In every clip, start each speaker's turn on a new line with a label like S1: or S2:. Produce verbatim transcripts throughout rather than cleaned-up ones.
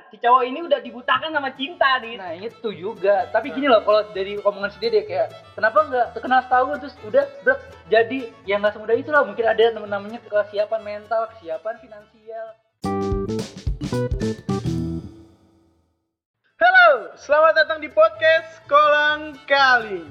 S1: si cowok ini udah dibutakan sama cinta, Dit.
S2: Nah itu juga, tapi gini loh, kalau dari omongan si Dede kayak kenapa nggak terkenal setahun terus udah brek jadi yang nggak semudah itu lah, mungkin ada namanya kesiapan mental, kesiapan finansial.
S3: Halo, selamat datang di podcast Kolang Kali.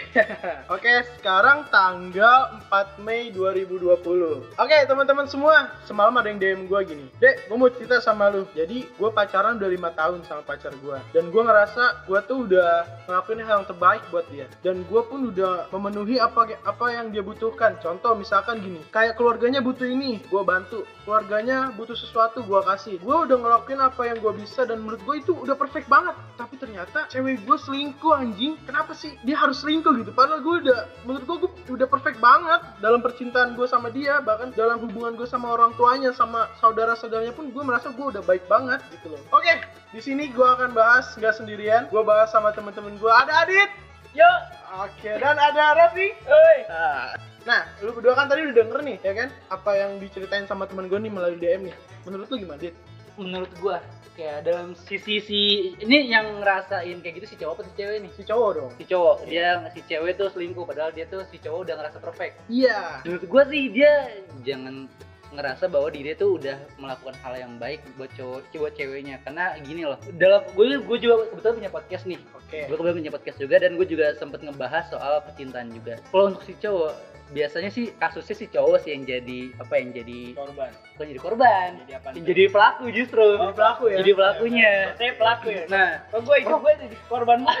S3: Oke, sekarang tanggal empat Mei dua ribu dua puluh. Oke, teman-teman semua, semalam ada yang D M gue gini, Dek, gue mau cerita sama lu. Jadi, gue pacaran udah lima tahun sama pacar gue. Dan gue ngerasa gue tuh udah ngelakuin hal yang terbaik buat dia. Dan gue pun udah memenuhi apa apa yang dia butuhkan. Contoh, misalkan gini, kayak keluarganya butuh ini, gue bantu. Keluarganya butuh sesuatu, gue kasih. Gue udah ngelakuin apa yang gue bisa dan menurut gue itu udah perfect banget. Tapi ternyata cewek gue selingkuh, anjing. Kenapa sih dia harus selingkuh gitu? Padahal gue udah, menurut gue, gue udah perfect banget dalam percintaan gue sama dia. Bahkan dalam hubungan gue sama orang tuanya, sama saudara-saudaranya pun gue merasa gue udah baik banget gitu loh. Oke, di sini gue akan bahas nggak sendirian. Gue bahas sama temen-temen gue. Ada Adit.
S1: Yo.
S3: Oke, dan ada Raffi.
S1: Oi.
S3: Nah, lu berdua kan tadi udah denger nih, ya kan? Apa yang diceritain sama temen gue nih melalui D M nih. Menurut lu gimana, Dit?
S2: Menurut gua kayak dalam sisi si ini yang ngerasain kayak gitu si cowok apa si cewek nih?
S3: Si cowok dong.
S2: Si cowok, dia si cewek tuh selingkuh padahal dia tuh si cowok udah ngerasa perfect.
S3: Iya.
S2: Menurut gua sih dia jangan ngerasa bahwa diri tuh udah melakukan hal yang baik buat cowok buat ceweknya, karena gini loh, dalam gue gue juga kebetulan punya podcast nih.
S3: Oke.
S2: Gue kebetulan punya podcast juga dan gue juga sempet ngebahas soal percintaan juga. Kalau untuk si cowok biasanya sih kasusnya si cowok sih yang jadi apa yang jadi
S1: Korban.
S2: bukan jadi korban,
S1: Jadi apa?
S2: yang jadi pelaku justru.
S3: Jadi pelaku ya?
S2: Jadi pelakunya.
S1: Saya pelaku ya.
S2: Nah,
S1: Oh, gue ikut gue jadi korban mulu.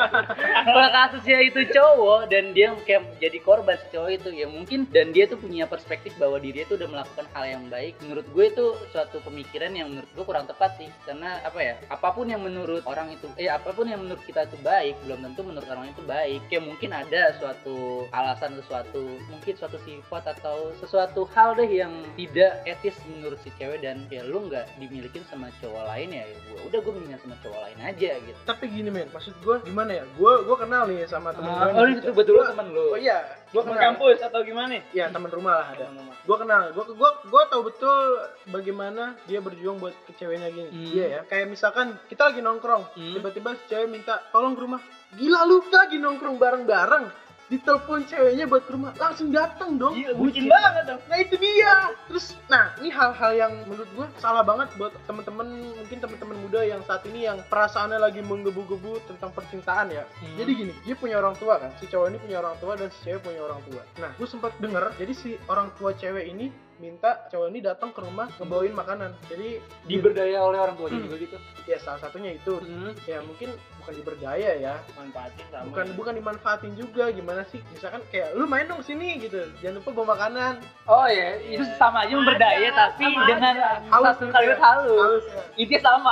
S2: kalau kasusnya itu cowok dan dia kayak jadi korban si cowok itu, ya mungkin dan dia tuh punya perspektif bahwa dirinya tuh udah melakukan hal yang baik. Menurut gue itu suatu pemikiran yang menurut gue kurang tepat sih, karena apa ya, apapun yang menurut orang itu eh apapun yang menurut kita itu baik belum tentu menurut orang itu baik. Kayak mungkin ada suatu alasan, sesuatu mungkin suatu sifat atau sesuatu hal deh yang tidak etis menurut si cewek dan ya lu nggak dimilikin sama cowok lain, ya gua udah gue mendingan sama cowok lain aja gitu.
S3: Tapi gini men, maksud gue gimana ya? Gue gue kenal nih sama temen
S2: Ah,
S3: gue.
S2: oh itu betul teman lu.
S3: Oh iya, gue
S1: Temen
S3: kenal.
S1: kampus atau gimana?
S3: Iya, teman rumah lah ada. Gue kenal, gue gue gue tahu betul bagaimana dia berjuang buat ke ceweknya gini.
S2: Hmm.
S3: Iya ya, kayak misalkan kita lagi nongkrong,
S2: Hmm.
S3: tiba-tiba si cewek minta tolong ke rumah. Gila, lu kita lagi nongkrong bareng-bareng, ditelepon ceweknya buat ke rumah, langsung datang dong.
S1: Gila, bucin banget dong.
S3: Nah itu dia. Terus, nah ini hal-hal yang menurut gue salah banget buat temen-temen, mungkin temen-temen muda yang saat ini yang perasaannya lagi menggebu-gebu tentang percintaan ya.
S2: Hmm.
S3: Jadi gini, dia punya orang tua kan, si cowok ini punya orang tua dan si cewek punya orang tua. Nah, gue sempat denger, jadi si orang tua cewek ini minta cowok ini datang ke rumah ngebawain makanan. Jadi
S2: Diberdaya oleh orang tuanya
S3: Hmm.
S2: juga gitu.
S3: ya salah satunya itu.
S2: Hmm.
S3: Ya mungkin bukan diberdaya ya,
S1: Manfaatin sama.
S3: bukan bukan dimanfaatin juga. Gimana sih, misalkan kayak lu main dong sini gitu, jangan lupa bawa makanan.
S2: Oh ya, itu sama aja memberdaya tapi
S1: sama
S2: dengan
S3: Halus
S2: satu
S3: gitu
S2: kalimat
S3: ya.
S2: halus.
S3: Halus ya.
S2: Intinya sama.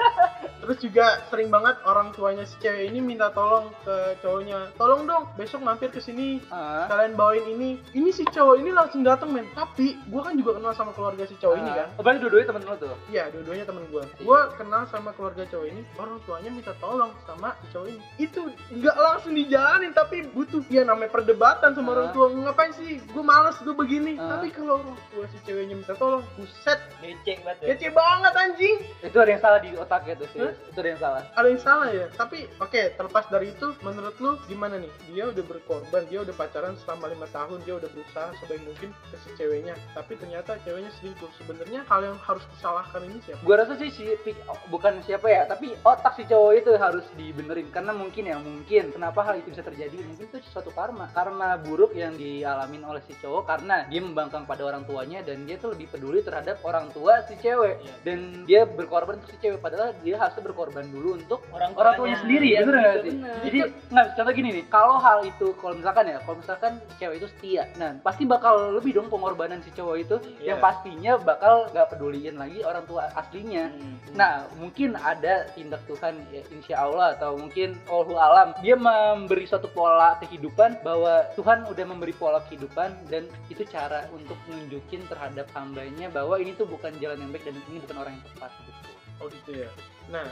S3: Terus juga sering banget orang tuanya si cewek ini minta tolong ke cowoknya, tolong dong besok mampir ke sini,
S2: Ah.
S3: kalian bawain ini. Ini si cowok ini langsung datang men. Tapi gua kan juga kenal sama keluarga si cowok ini kan.
S2: Oh, berarti dua-duanya temen lo tuh.
S3: Iya, dua-duanya temen gua. Gua kenal sama keluarga cowok ini, orang tuanya minta tolong sama si cowok ini. Itu nggak langsung dijalanin, tapi butuh ya namanya perdebatan sama
S2: Ah.
S3: orang tua. Ngapain sih? Gua males gua begini.
S2: Ah.
S3: Tapi kalau orang tua si ceweknya minta tolong, buset,
S1: Becek banget. ya.
S3: kece banget anjing.
S2: Itu ada yang salah di otaknya tuh sih.
S3: Hah?
S2: Itu ada yang salah.
S3: Ada yang salah ya, tapi oke, terlepas dari itu, menurut lu gimana nih? Dia udah berkorban, dia udah pacaran selama lima tahun, dia udah berusaha sebaik mungkin ke si ceweknya, tapi ternyata ceweknya selingkuh. Sebenarnya hal yang harus disalahkan ini siapa?
S2: Gua rasa sih si pik- bukan siapa ya, tapi otak si cowok itu harus dibenerin, karena mungkin ya mungkin kenapa hal itu bisa terjadi, mungkin itu suatu karma karma buruk yang dialamin oleh si cowok karena dia membangkang pada orang tuanya dan dia tuh lebih peduli terhadap orang tua si cewek.
S1: Iya.
S2: Dan dia berkorban untuk si cewek padahal dia harusnya berkorban dulu untuk
S1: Orang
S2: orang tuanya sendiri,
S1: Iya,
S2: bener nggak
S1: gitu,
S2: sih?
S1: bener.
S2: Jadi nggak, contoh gini nih, kalau hal itu kalau misalkan ya, kalau misalkan cewek itu setia, nah pasti bakal lebih dong pengorbanan si cowok itu,
S3: Iya.
S2: yang pastinya bakal nggak peduliin lagi orang tua aslinya.
S1: Hmm.
S2: Nah, mungkin ada tindak Tuhan, ya, insya Allah, atau mungkin Allahu alam, dia memberi suatu pola kehidupan bahwa Tuhan udah memberi pola kehidupan dan itu cara untuk nunjukin terhadap hambanya bahwa ini tuh bukan jalan yang baik dan ini bukan orang yang tepat gitu.
S3: Oh gitu ya. Nah,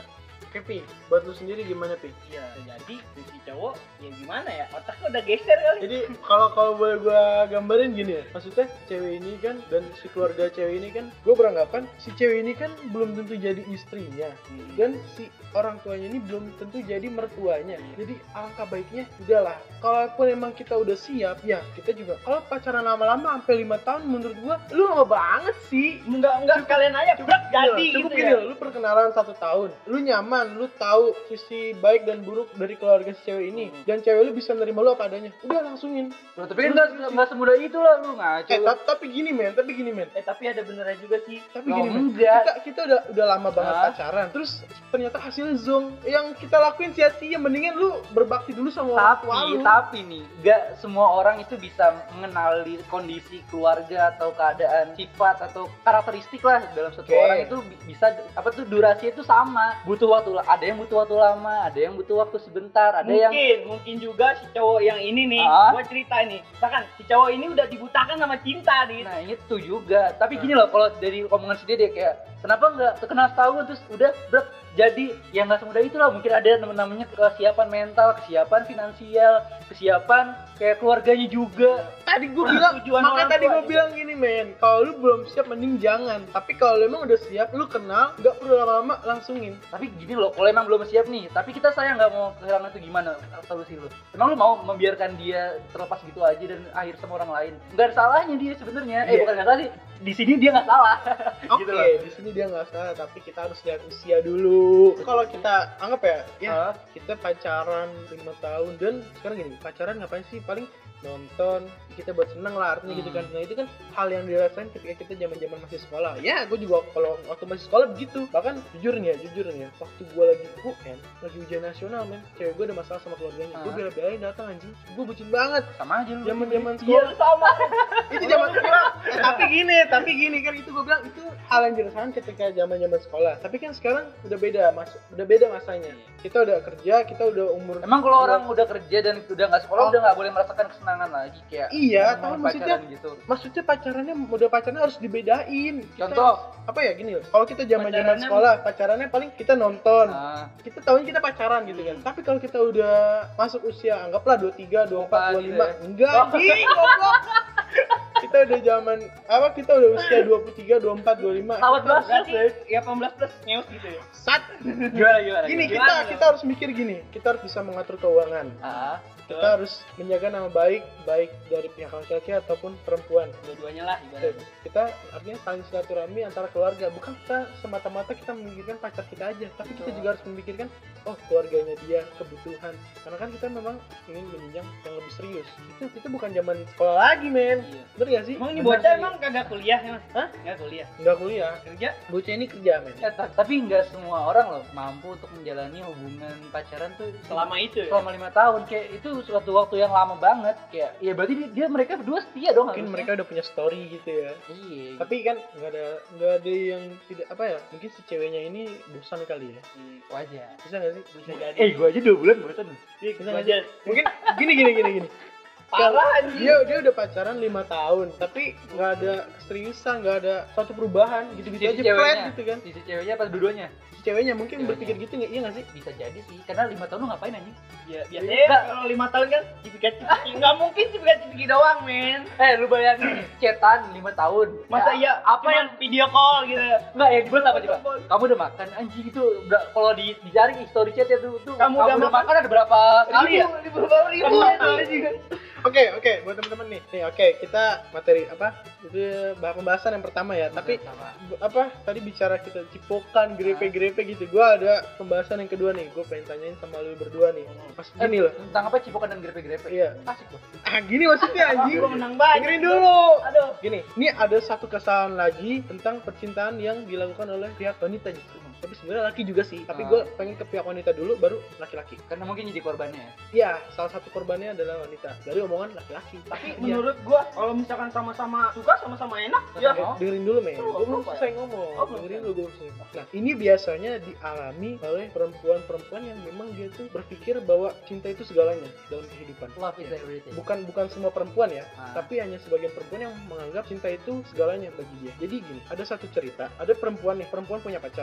S3: Oke Pi, buat lu sendiri gimana Pi?
S1: Iya, jadi si cowok ya gimana ya? Otaknya udah geser kali.
S3: Jadi kalau kalau boleh gua gambarin gini ya, maksudnya cewek ini kan dan si keluarga cewek ini kan, gua beranggapan si cewek ini kan belum tentu jadi istrinya
S1: Hmm.
S3: dan si orang tuanya ini belum tentu jadi mertuanya. Jadi alangkah baiknya udahlah. Kalaupun emang kita udah siap, ya kita juga. Kalau pacaran lama-lama sampai lima tahun, menurut gua lu lama banget sih.
S1: Enggak enggak kalian aja brak jadi
S3: Cukup
S1: gitu
S3: gini
S1: ya.
S3: loh, lu perkenalan satu tahun, lu nyaman, lu tahu sisi baik dan buruk dari keluarga si cewek ini,
S1: Hmm.
S3: dan cewek lu bisa nerima lu apa adanya, udah langsungin.
S2: Loh, tapi kan nggak nggak semudah itu lah lu ngaco.
S3: Eh tapi, tapi gini men, tapi gini men,
S1: Eh tapi ada benernya juga sih.
S3: tapi
S2: Loh,
S3: gini men,
S2: enggak.
S3: kita kita udah udah lama banget
S2: Hah?
S3: pacaran, terus ternyata hasilnya zong, yang kita lakuin sia-sia, mendingan lu berbakti dulu sama orang tua
S2: Tapi
S3: lu.
S2: tapi nih, nggak semua orang itu bisa mengenali kondisi keluarga atau keadaan sifat atau karakteristik lah dalam satu
S3: Oke.
S2: orang itu bi- bisa apa tuh durasi itu sama. Butuh waktu, ada yang butuh waktu lama, ada yang butuh waktu sebentar, ada yang
S1: Mungkin, mungkin juga si cowok yang ini nih,
S2: Ah.
S1: gua cerita nih. Misalkan si cowok ini udah dibutakan sama cinta nih.
S2: nah itu juga. Tapi gini loh, kalau dari omongan sendiri dia kayak kenapa nggak terkenal setahun terus udah berat jadi ya nggak semudah itulah. Mungkin ada nam- namanya kesiapan mental, kesiapan finansial, kesiapan kayak keluarganya juga.
S3: Tadi gue bilang,
S1: Tujuan
S3: makanya
S1: orang
S3: tadi
S1: tua
S3: gue
S1: juga.
S3: bilang gini men, kalau lu belum siap mending jangan. Tapi kalau lu emang udah siap, lu kenal, nggak perlu lama-lama langsungin.
S2: Tapi gini loh, kalau emang belum siap nih, tapi kita sayang nggak mau kehilangan itu gimana solusi lu? Emang lu mau membiarkan dia terlepas gitu aja dan akhir sama orang lain? Nggak ada salahnya dia sebenarnya. Eh
S3: Iya.
S2: bukan nggak salah sih, di sini dia nggak salah.
S3: Oke,
S2: Gitu loh.
S3: di sini dia nggak salah, tapi kita harus lihat usia dulu. Kalau kita anggap ya, ya
S2: Hah?
S3: kita pacaran lima tahun dan sekarang gini, pacaran ngapain sih? Paling nonton, kita buat seneng lah artinya gitu kan.
S2: Hmm.
S3: Nah itu kan hal yang dirasain ketika kita zaman-zaman masih sekolah. Ya, gue juga kalau waktu masih sekolah begitu. Bahkan jujur nih ya, jujur nih ya, waktu gue lagi U N, lagi ujian nasional men, cewek gue ada masalah sama keluarganya. Gue
S2: Ah.
S3: bela-belain datang anjing. Gue bucin banget.
S2: Sama aja lu.
S3: Zaman-zaman
S1: Iya
S3: sekolah.
S1: sama.
S3: Itu zaman sekolah. Eh, tapi gini, tapi gini kan itu gue bilang itu hal yang dirasakan ketika zaman-zaman sekolah. Tapi kan sekarang udah beda mas, udah beda masanya. Kita udah kerja, kita udah umur.
S2: Emang kalau orang udah kerja dan udah nggak sekolah
S3: Oh.
S2: udah nggak boleh merasakan kesenangan lagi kayak
S3: Iya,
S2: ngomong
S3: tapi maksudnya
S2: pacaran gitu.
S3: maksudnya pacarannya udah pacarannya harus dibedain. Kita-
S2: Contoh,
S3: apa ya gini loh. Kalau kita zaman-zaman
S1: Pacarannya-
S3: sekolah, pacarannya paling kita nonton.
S2: nah,
S3: Kita tahunya kita pacaran gitu kan. Tapi kalau kita udah masuk usia anggaplah dua puluh tiga, dua puluh empat, dua puluh lima,
S2: gitu ya.
S3: enggak anjing, goblok. Kita udah zaman apa? Kita udah usia dua puluh tiga, dua puluh empat, dua puluh lima.
S2: Tawat
S3: Kita-
S2: banget.
S1: Berarti ya delapan belas plus ngeus gitu ya.
S3: Sat.
S2: gimana gimana?
S3: Gini
S2: gimana?
S3: kita kita harus mikir gini. Kita harus bisa mengatur keuangan.
S2: Ah,
S3: Kita harus menjaga nama baik baik dari pihak laki-laki ataupun perempuan.
S1: Dua-duanya lah
S3: Oke,
S1: ibaratnya.
S3: kita artinya saling silaturahmi antara keluarga, bukan kita semata-mata kita memikirkan pacar kita aja, tapi kita juga harus memikirkan oh keluarganya dia, kebutuhan, karena kan kita memang ingin menjenjang yang lebih serius. Itu itu bukan zaman sekolah lagi men,
S2: iya.
S3: bener gak sih?
S1: Emang ini
S2: Bener
S1: bocah
S2: sih.
S1: emang kagak kuliah emang?
S3: Hah?
S1: Nggak kuliah.
S3: Nggak kuliah,
S1: Kerja?
S3: bocah ini kerja men.
S2: Ya, ta- tapi nggak semua orang loh mampu untuk menjalani hubungan pacaran tuh
S1: Selama itu ya?
S2: selama lima tahun. Kayak itu suatu waktu yang lama banget. Kayak ya berarti dia, dia mereka berdua setia dong.
S3: Mungkin
S2: harusnya.
S3: mereka udah punya story gitu ya.
S2: iya.
S3: Tapi kan nggak ada nggak ada yang tidak apa ya? Mungkin si ceweknya ini bosan kali ya.
S1: Hmm,
S2: wajar.
S3: Bisa nggak sih?
S1: Bisa jadi.
S2: Eh gua aja dua bulan bosan.
S1: Iya,
S3: Bisa
S1: gua
S3: nggak sih?
S1: aja.
S3: Mungkin gini gini gini gini.
S1: Parah anjing.
S3: dia dia udah pacaran lima tahun tapi nggak ada keseriusan, nggak ada suatu perubahan gitu-gitu
S2: Sisi
S3: aja flat
S2: ceweknya.
S3: gitu kan.
S2: Sisi ceweknya apa dua-duanya?
S3: Si ceweknya mungkin
S2: Ceweknya.
S3: berpikir gitu nggak, iya nggak sih?
S2: Bisa jadi sih. Karena lima tahun lu ngapain anjing?
S1: Ya,
S2: Enggak.
S1: biasanya kalau lima tahun kan cipikat-cipiki. Nggak mungkin cipikat-cipiki doang, men.
S2: Eh lu bayangin cetan lima tahun.
S1: Masa iya apa yang video call gitu?
S2: Enggak ya, gue apa coba? Kamu udah makan anjing itu udah kalau di dicari history chat ya tuh, tuh
S1: Kamu udah makan?
S2: makan ada berapa kali ya?
S1: Ribu, ribu, ribu, ribu.
S3: Oke oke buat teman-teman nih, nih oke kita materi apa itu bah- pembahasan yang pertama ya. Tapi b- apa tadi bicara kita cipokan grepe-grepe gitu. Gua ada pembahasan yang kedua nih. Gue pengen tanyain sama lu berdua nih. Pas
S2: Eh,
S3: gini loh.
S2: tentang apa cipokan dan grepe-grepe?
S3: Iya.
S2: Asik loh.
S3: Ah gini maksudnya anjing.
S1: Gua menang banyak.
S3: Dengerin dulu.
S1: Aduh.
S3: Gini, ini ada satu kesalahan lagi tentang percintaan yang dilakukan oleh pihak wanita justru. Tapi sebenarnya laki juga sih. Tapi
S2: Ah.
S3: gue pengen ke pihak wanita dulu, baru laki-laki.
S2: Karena mungkin jadi korbannya ya.
S3: Iya, salah satu korbannya adalah wanita. Dari omongan laki-laki.
S1: Tapi
S3: Iya.
S1: menurut gua kalau misalkan sama-sama suka, sama-sama enak, ya.
S2: Oh.
S3: dengerin dulu men,
S1: Oh,
S3: gue belum
S1: apa ya?
S3: selesai ngomong.
S1: Oh, belum
S3: dengerin
S1: selesai.
S3: dulu, gue belum selesai. Nah, ini biasanya dialami oleh perempuan-perempuan yang memang dia tuh berpikir bahwa cinta itu segalanya dalam kehidupan.
S2: Love is everything.
S3: Bukan bukan semua perempuan ya,
S2: Ah.
S3: tapi hanya sebagian perempuan yang menganggap cinta itu segalanya bagi dia. Jadi gini, ada satu cerita, ada perempuan nih, perempuan punya pacar. Nah, perempuan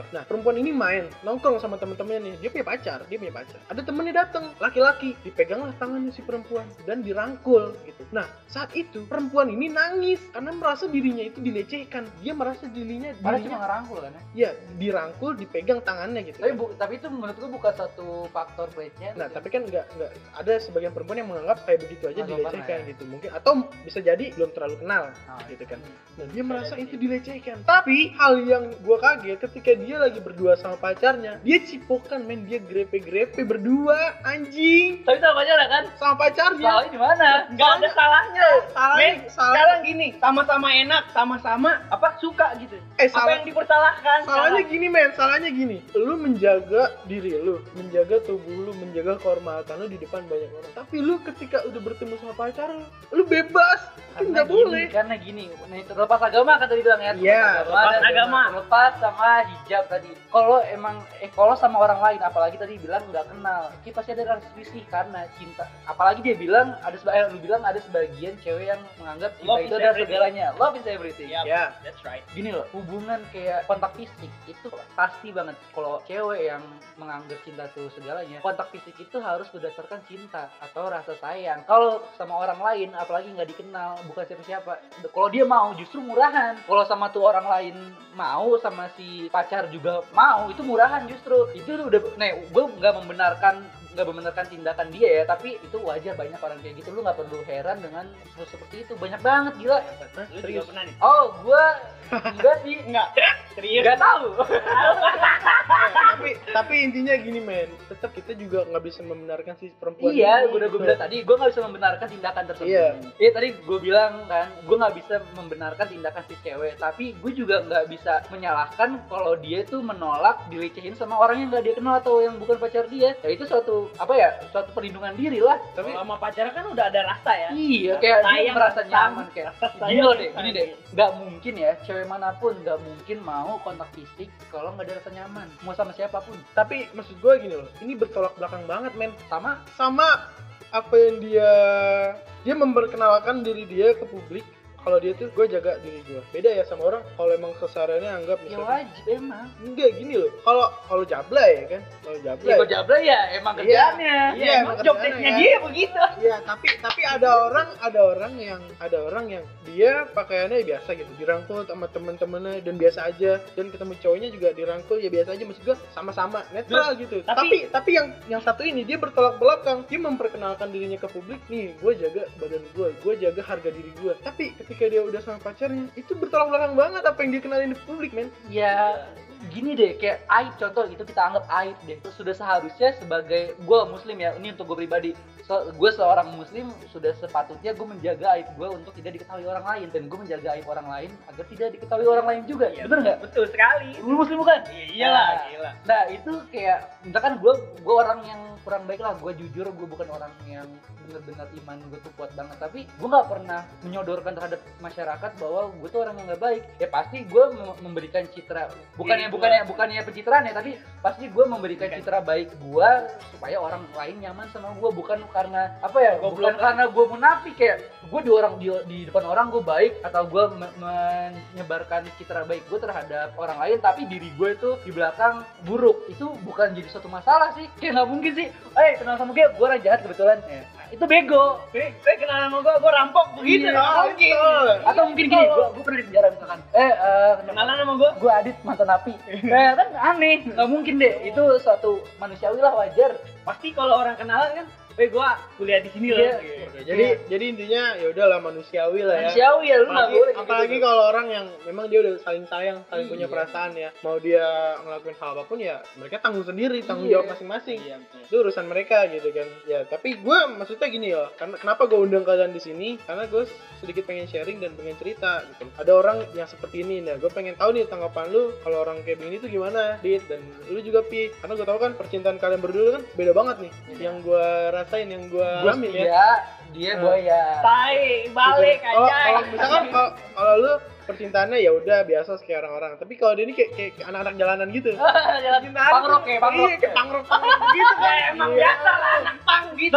S3: perempuan ini main nongkrong sama temen-temennya nih, dia punya pacar, dia punya pacar. Ada temennya datang, laki-laki, dipeganglah tangannya si perempuan dan dirangkul gitu. Nah saat itu perempuan ini nangis karena merasa dirinya itu dilecehkan. Dia merasa dirinya
S2: Padahal
S3: dirinya
S2: cuma ngerangkul kan ya.
S3: ya dirangkul, dipegang tangannya gitu.
S2: Tapi bu, tapi itu menurut gua bukan satu faktor pelecehan.
S3: Nah tapi kan nggak nggak ada sebagian perempuan yang menganggap kayak begitu aja
S2: Nggak
S3: dilecehkan
S2: sopan ya.
S3: gitu mungkin, atau bisa jadi belum terlalu kenal
S2: Oh,
S3: gitu kan.
S2: iya.
S3: Nah dia merasa itu dilecehkan. Tapi hal yang gua kaget ketika dia lagi berdua sama pacarnya, dia cipokan men, dia grepe-grepe berdua anjing
S1: Tapi sama pacaran kan?
S3: sama pacarnya.
S2: Salahnya di mana?
S1: Nggak ada salahnya.
S3: Salahnya-
S1: Men,
S3: salah-
S1: sekarang gini, sama-sama enak, sama-sama apa suka gitu.
S3: Eh,
S1: apa
S3: salah-
S1: yang dipersalahkan?
S3: Salahnya
S1: sekarang?
S3: gini men, salahnya gini. Lu menjaga diri lu, menjaga tubuh lu, menjaga kehormatan lu di depan banyak orang. Tapi lu ketika udah bertemu sama pacar lu, lu bebas. Kan
S2: Karena
S3: nggak
S2: gini,
S3: boleh.
S2: karena gini, nih terlepas agama kan tadi bilang ya,
S3: Iya,
S1: terlepas
S2: dan
S1: agama.
S2: terlepas sama hijab tadi. Kalau emang eh kalau sama orang lain, apalagi tadi bilang nggak kenal, kita pasti ada rasa risih karena cinta. Apalagi dia bilang ada sebagian, lu bilang ada sebagian cewek yang menganggap cinta
S1: Love
S2: itu
S1: is
S2: adalah
S1: everything.
S2: segalanya. Love is everything.
S1: Yap,
S3: Ya.
S1: that's right.
S2: Gini loh, hubungan kayak kontak fisik itu pasti banget. Kalau cewek yang menganggap cinta itu segalanya, kontak fisik itu harus berdasarkan cinta atau rasa sayang. Kalau sama orang lain, apalagi nggak dikenal, bukan siapa-siapa, kalau dia mau justru murahan. Kalau sama tuh orang lain mau, sama si pacar juga mau, itu murahan justru. Itu udah, nih gue nggak membenarkan nggak membenarkan tindakan dia ya, tapi itu wajar, banyak orang kayak gitu. Lu nggak perlu heran dengan hal seperti itu, banyak banget gila.
S1: Lu
S3: Serius?
S1: juga pernah nih?
S2: Oh, gue enggak sih,
S1: Enggak. Serius?
S2: nggak tahu.
S3: Eh, tapi tapi intinya gini men, tetap kita juga nggak bisa membenarkan si perempuan
S2: Iya,
S3: ini.
S2: gue udah gue bilang tadi, gue nggak bisa membenarkan tindakan tersebut.
S3: Iya.
S2: Iya, tadi gue bilang kan, gue nggak bisa membenarkan tindakan si cewek, tapi gue juga nggak bisa menyalahkan kalau dia itu menolak dilecehin sama orang yang nggak dia kenal atau yang bukan pacar dia. Ya itu suatu apa ya, suatu perlindungan diri lah.
S1: Tapi sama pacaran kan udah ada rasa ya.
S2: Iya, kayak dia
S1: Sayang,
S2: merasa
S1: sayang.
S2: nyaman kayak.
S1: Sayang,
S2: Gini loh deh,
S1: sayang.
S2: gini deh, nggak mungkin ya, cewek manapun nggak mungkin mau kontak fisik kalau nggak ada rasa nyaman, mau sama siapapun.
S3: Tapi maksud gue gini loh, ini bertolak belakang banget men,
S2: Sama
S3: sama apa yang dia dia memperkenalkan diri dia ke publik. Kalau dia tuh gue jaga diri gue, beda ya sama orang kalau emang kesehariannya anggap
S2: ya
S3: misalnya
S2: wajib emang.
S3: enggak gini loh. Kalau kalau jablay ya kan, kalau
S2: Ya
S3: jablay.
S2: gue jabla ya emang
S3: Iya.
S2: kerjaannya.
S3: Iya,
S1: Iya,
S3: emang
S1: emang job
S3: kerjaannya
S1: desk-nya
S3: ya.
S1: dia begitu.
S3: Iya, tapi tapi ada orang ada orang yang ada orang yang dia pakaiannya biasa gitu, dirangkul sama temen-temennya dan biasa aja, dan ketemu cowoknya juga dirangkul ya biasa aja, maksud gue sama-sama netral gitu. Tapi
S1: tapi-
S3: tapi yang yang satu ini dia bertolak belakang, dia memperkenalkan dirinya ke publik, nih gue jaga badan gue, gue jaga harga diri gue. Tapi ketika dia udah sama pacarnya, itu bertolak belakang banget apa yang dia kenalin di publik men.
S2: Ya gini deh, kayak aib, contoh gitu kita anggap aib deh. Sudah seharusnya sebagai gue muslim ya, ini untuk gue pribadi, so, gue seorang muslim sudah sepatutnya gue menjaga aib gue untuk tidak diketahui orang lain, dan gue menjaga aib orang lain agar tidak diketahui orang lain juga.
S1: Iya,
S2: Bener nggak?
S1: Betul sekali.
S2: Lu muslim bukan?
S1: Iya, iyalah,
S2: Nah,
S1: gila.
S2: Nah itu kayak misalkan gue gue orang yang kurang baik lah, gue jujur gue bukan orang yang benar-benar iman gue tuh kuat banget, tapi gue nggak pernah menyodorkan terhadap masyarakat bahwa gue tuh orang yang nggak baik. Ya pasti gue mem- memberikan citra, bukannya
S1: Diri
S2: bukannya
S1: gua.
S2: bukannya pencitraan ya, tapi pasti gue memberikan
S1: Bukan.
S2: citra baik gue supaya orang lain nyaman sama gue, bukan karena apa ya,
S1: Goblok.
S2: bukan karena gue munafik kayak gue di orang di, di depan orang gue baik atau gue me- menyebarkan citra baik gue terhadap orang lain, tapi diri gue itu di belakang buruk. Itu bukan jadi suatu masalah sih, kayak nggak mungkin sih, eh kenal sama gue, gue orang jahat kebetulan ya. Nah, itu bego.
S1: Eh, eh kenalan sama gua, gua rampok begitu.
S2: Iya,
S1: nggak mungkin.
S3: betul.
S2: Atau mungkin gini, gue gue pernah di penjara misalkan, eh uh,
S1: Kenalan sama gua.
S2: gue Adit mantan napi, eh kan aneh, nggak mungkin deh, itu suatu manusiawi lah, wajar.
S1: Pasti kalau orang kenalan kan, eh gua kuliah di sini loh.
S2: Iya.
S1: Gitu.
S3: Jadi jadi intinya ya udahlah manusiawi lah ya.
S2: Manusiawi ya, lu nggak
S3: apalagi,
S2: boleh kayak
S3: apalagi
S2: gitu.
S3: kalau orang yang memang dia udah saling sayang, saling punya
S2: Iya.
S3: perasaan ya, mau dia ngelakuin hal apapun ya mereka tanggung sendiri, tanggung
S2: Iya.
S3: jawab masing-masing.
S1: Iya, betul.
S3: Itu urusan mereka gitu kan. Ya tapi gue maksudnya gini ya, karena kenapa gue undang kalian di sini, karena gue sedikit pengen sharing dan pengen cerita gitu. Ada orang yang seperti ini, nah gue pengen tahu nih tanggapan lu kalau orang kayak begini tuh gimana, Dit, dan lu juga Pi, karena gue tahu kan percintaan kalian berdua kan beda banget nih.
S2: Iya.
S3: Yang gue rasain, yang gue
S2: Gue
S3: alamin ya.
S2: setia, dia
S3: Hmm.
S2: buaya.
S1: Tai, balik
S3: Gitu. Kalau
S1: aja.
S3: kalau misalkan kalau kalau lu percintaannya ya udah biasa kayak orang-orang, tapi kalau dia ini kayak kayak kayak anak-anak jalanan gitu.
S1: Jalan
S3: Percintaan
S2: Pangrok
S3: tuh-
S2: ya, pangrok.
S3: Iya, kayak pangrok pangrok gitu kan.
S1: Ya, emang
S3: Iya.
S1: biasa lah anak pang gitu.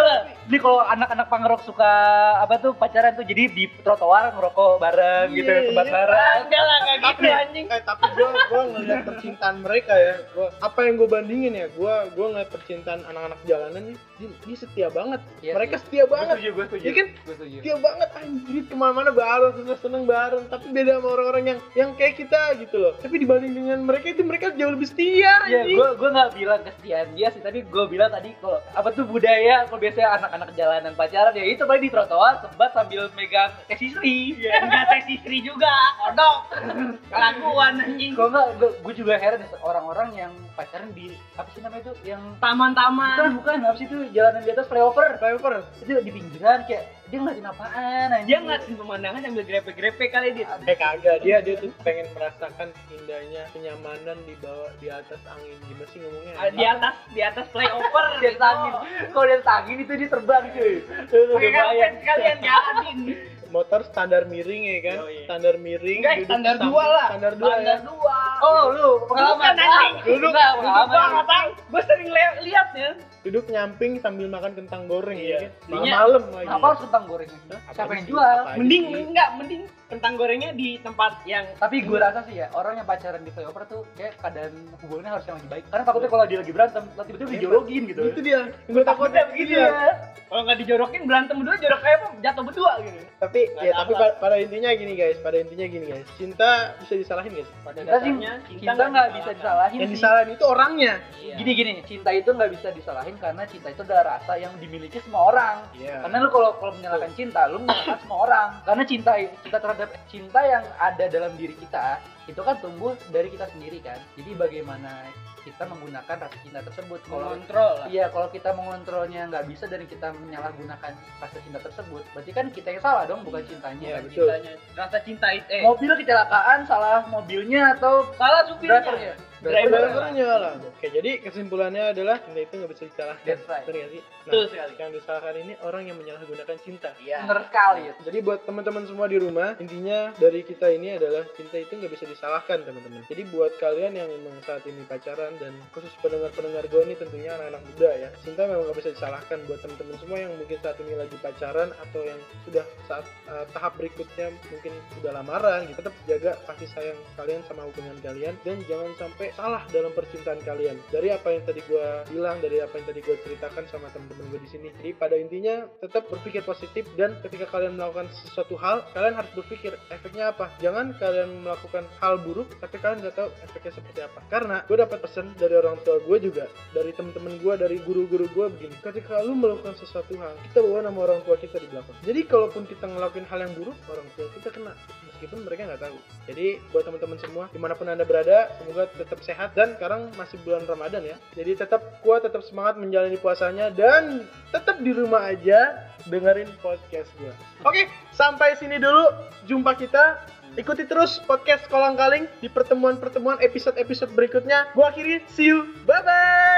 S2: Ini kalau anak-anak pangrok suka apa tuh pacaran tuh jadi di trotoar ngerokok bareng gitu,
S3: Iya,
S2: sebat
S3: iya.
S2: bareng.
S1: Enggak lah, enggak gitu
S3: tapi
S1: anjing.
S3: eh, tapi gue gue ngeliat percintaan mereka ya, gua, apa yang gue bandingin ya, gue gue ngeliat percintaan anak-anak jalanan nih, dia, dia setia banget,
S2: Iya
S3: mereka
S2: sih.
S3: setia
S2: Gue
S3: banget,
S2: setuju, gue setuju.
S3: Iya kan?
S2: Gue setuju.
S3: setia banget anjir, kemana-mana bareng, seneng-seneng bareng, tapi beda sama orang-orang yang yang kayak kita gitu loh. Tapi dibanding dengan mereka itu mereka jauh lebih setia.
S2: Iya,
S3: anjing.
S2: gue gue nggak bilang kesetiaan dia sih, tapi gue bilang tadi kalau apa tuh budaya, kalau biasanya anak-anak jalanan pacaran ya itu paling di trotoar sebat sambil megang tes istri.
S1: Enggak tes istri juga, kodok. Kelakuan anjing.
S2: Kalau nggak, gue juga heran ya, orang-orang yang pacaran di apa sih namanya itu yang bukan
S1: Taman-taman.
S2: bukan apa sih itu jalanan di atas flyover
S3: Flyover.
S2: itu di pinggiran kayak dia ngeliatin apaan anjing.
S1: Dia ngeliatin pemandangan sambil grepe-grepe kali dia.
S3: Eh kagak, dia dia tuh pengen merasakan indahnya kenyamanan di bawah di atas angin. Gimana sih ngomongnya?
S1: Ah, Di atas di atas flyover
S2: Di atas angin. Kalau di atas angin itu dia terbang cuy.
S1: Pakai karpet sekalian jalanin.
S3: Motor standar miring ya kan?
S1: Oh, iya.
S3: Standar miring.
S1: Enggak,
S3: duduk
S1: standar
S3: samping-
S1: dua lah.
S3: Standar dua ya.
S1: Standar dua.
S2: Oh, lu pengalaman
S1: Bukan, anjing.
S2: Duduk
S1: Duduk
S2: enggak
S1: gua
S2: pengalaman.
S1: enggak tahu. Gua sering le- lihat ya.
S3: Duduk nyamping sambil makan kentang goreng
S1: Iya.
S3: ya kan?
S1: Belinya-
S3: Malam-malam lagi.
S2: Kenapa harus kentang goreng?
S3: Apa
S2: Siapa yang
S3: sih?
S2: jual?
S3: Apa aja
S1: Mending
S3: sih?
S1: enggak, mending kentang gorengnya di tempat yang
S2: Tapi gue rasa sih ya, orang yang pacaran di flyover tuh kayak keadaan hubungannya harus yang lagi baik. Karena takutnya kalau dia lagi berantem, tiba-tiba dijorokin gitu.
S3: Itu dia. Gue takutnya begitu
S2: Iya.
S3: ya.
S1: kalau nggak dijorokin berantem berdua, jorok kayak apa? Jatuh berdua gitu.
S3: Tapi
S1: Nggak
S3: ya
S1: ada
S3: tapi
S1: apa.
S3: pa- pada intinya gini guys, pada intinya gini guys. Cinta bisa disalahin guys.
S1: Pada
S2: Kita sih
S1: dasarnya
S2: cinta nggak bisa disalahin
S3: Yang
S2: sih.
S3: disalahin itu orangnya.
S1: Iya.
S2: Gini gini, cinta itu nggak bisa disalahin karena cinta itu adalah rasa yang dimiliki semua orang.
S3: Iya.
S2: Karena lu kalau kalau menyalahkan cinta, lu menyalahkan semua orang. Karena cinta cinta terhadap cinta yang ada dalam diri kita itu kan tumbuh dari kita sendiri kan. Jadi bagaimana kita menggunakan rasa cinta tersebut. Kalau
S1: Mengontrol lah.
S2: iya, kalau kita mengontrolnya nggak bisa dan kita menyalahgunakan rasa cinta tersebut, berarti kan kita yang salah dong, bukan cintanya.
S3: Iya,
S2: Kan?
S3: betul.
S1: Cintanya, rasa cinta itu eh
S2: Mobil kecelakaan, salah mobilnya atau
S1: salah supirnya.
S2: drivernya?
S1: Driver.
S3: Drivernya lah. Oke, jadi kesimpulannya adalah cinta itu nggak bisa disalahkan.
S2: That's right.
S3: Bener nggak sih?
S1: Betul sekali.
S3: Yang disalahkan ini orang yang menyalahgunakan cinta.
S1: Iya.
S2: Bener sekali ya.
S3: Jadi buat teman-teman semua di rumah, intinya dari kita ini adalah cinta itu nggak bisa disalahkan teman-teman. Jadi buat kalian yang memang saat ini pacaran dan khusus pendengar-pendengar gue ini tentunya anak-anak muda ya, cinta memang nggak bisa disalahkan. Buat teman-teman semua yang mungkin saat ini lagi pacaran atau yang sudah saat uh, tahap berikutnya mungkin sudah lamaran, gitu, tetap jaga kasih sayang kalian sama hubungan kalian dan jangan sampai salah dalam percintaan kalian. Dari apa yang tadi gue bilang, dari apa yang tadi gue ceritakan sama teman-teman gue di sini. Jadi pada intinya tetap berpikir positif dan ketika kalian melakukan sesuatu hal, kalian harus berpikir efeknya apa. Jangan kalian melakukan hal buruk tapi kalian nggak tahu efeknya seperti apa. Karena gue dapat pesan dari orang tua gue juga, dari teman-teman gue, dari guru-guru gue begini. Ketika lu melakukan sesuatu hal, kita bawa nama orang tua kita di belakang. Jadi kalaupun kita ngelakuin hal yang buruk, orang tua kita kena meskipun mereka nggak tahu. Jadi buat teman-teman semua dimanapun anda berada, semoga tetap sehat dan sekarang masih bulan Ramadan ya. Jadi tetap kuat, tetap semangat menjalani puasanya dan tetap di rumah aja dengerin podcast gue. Oke, sampai sini dulu jumpa kita. Ikuti terus podcast Kolang Kaling di pertemuan-pertemuan episode-episode berikutnya. Gua akhiri, see you, bye bye.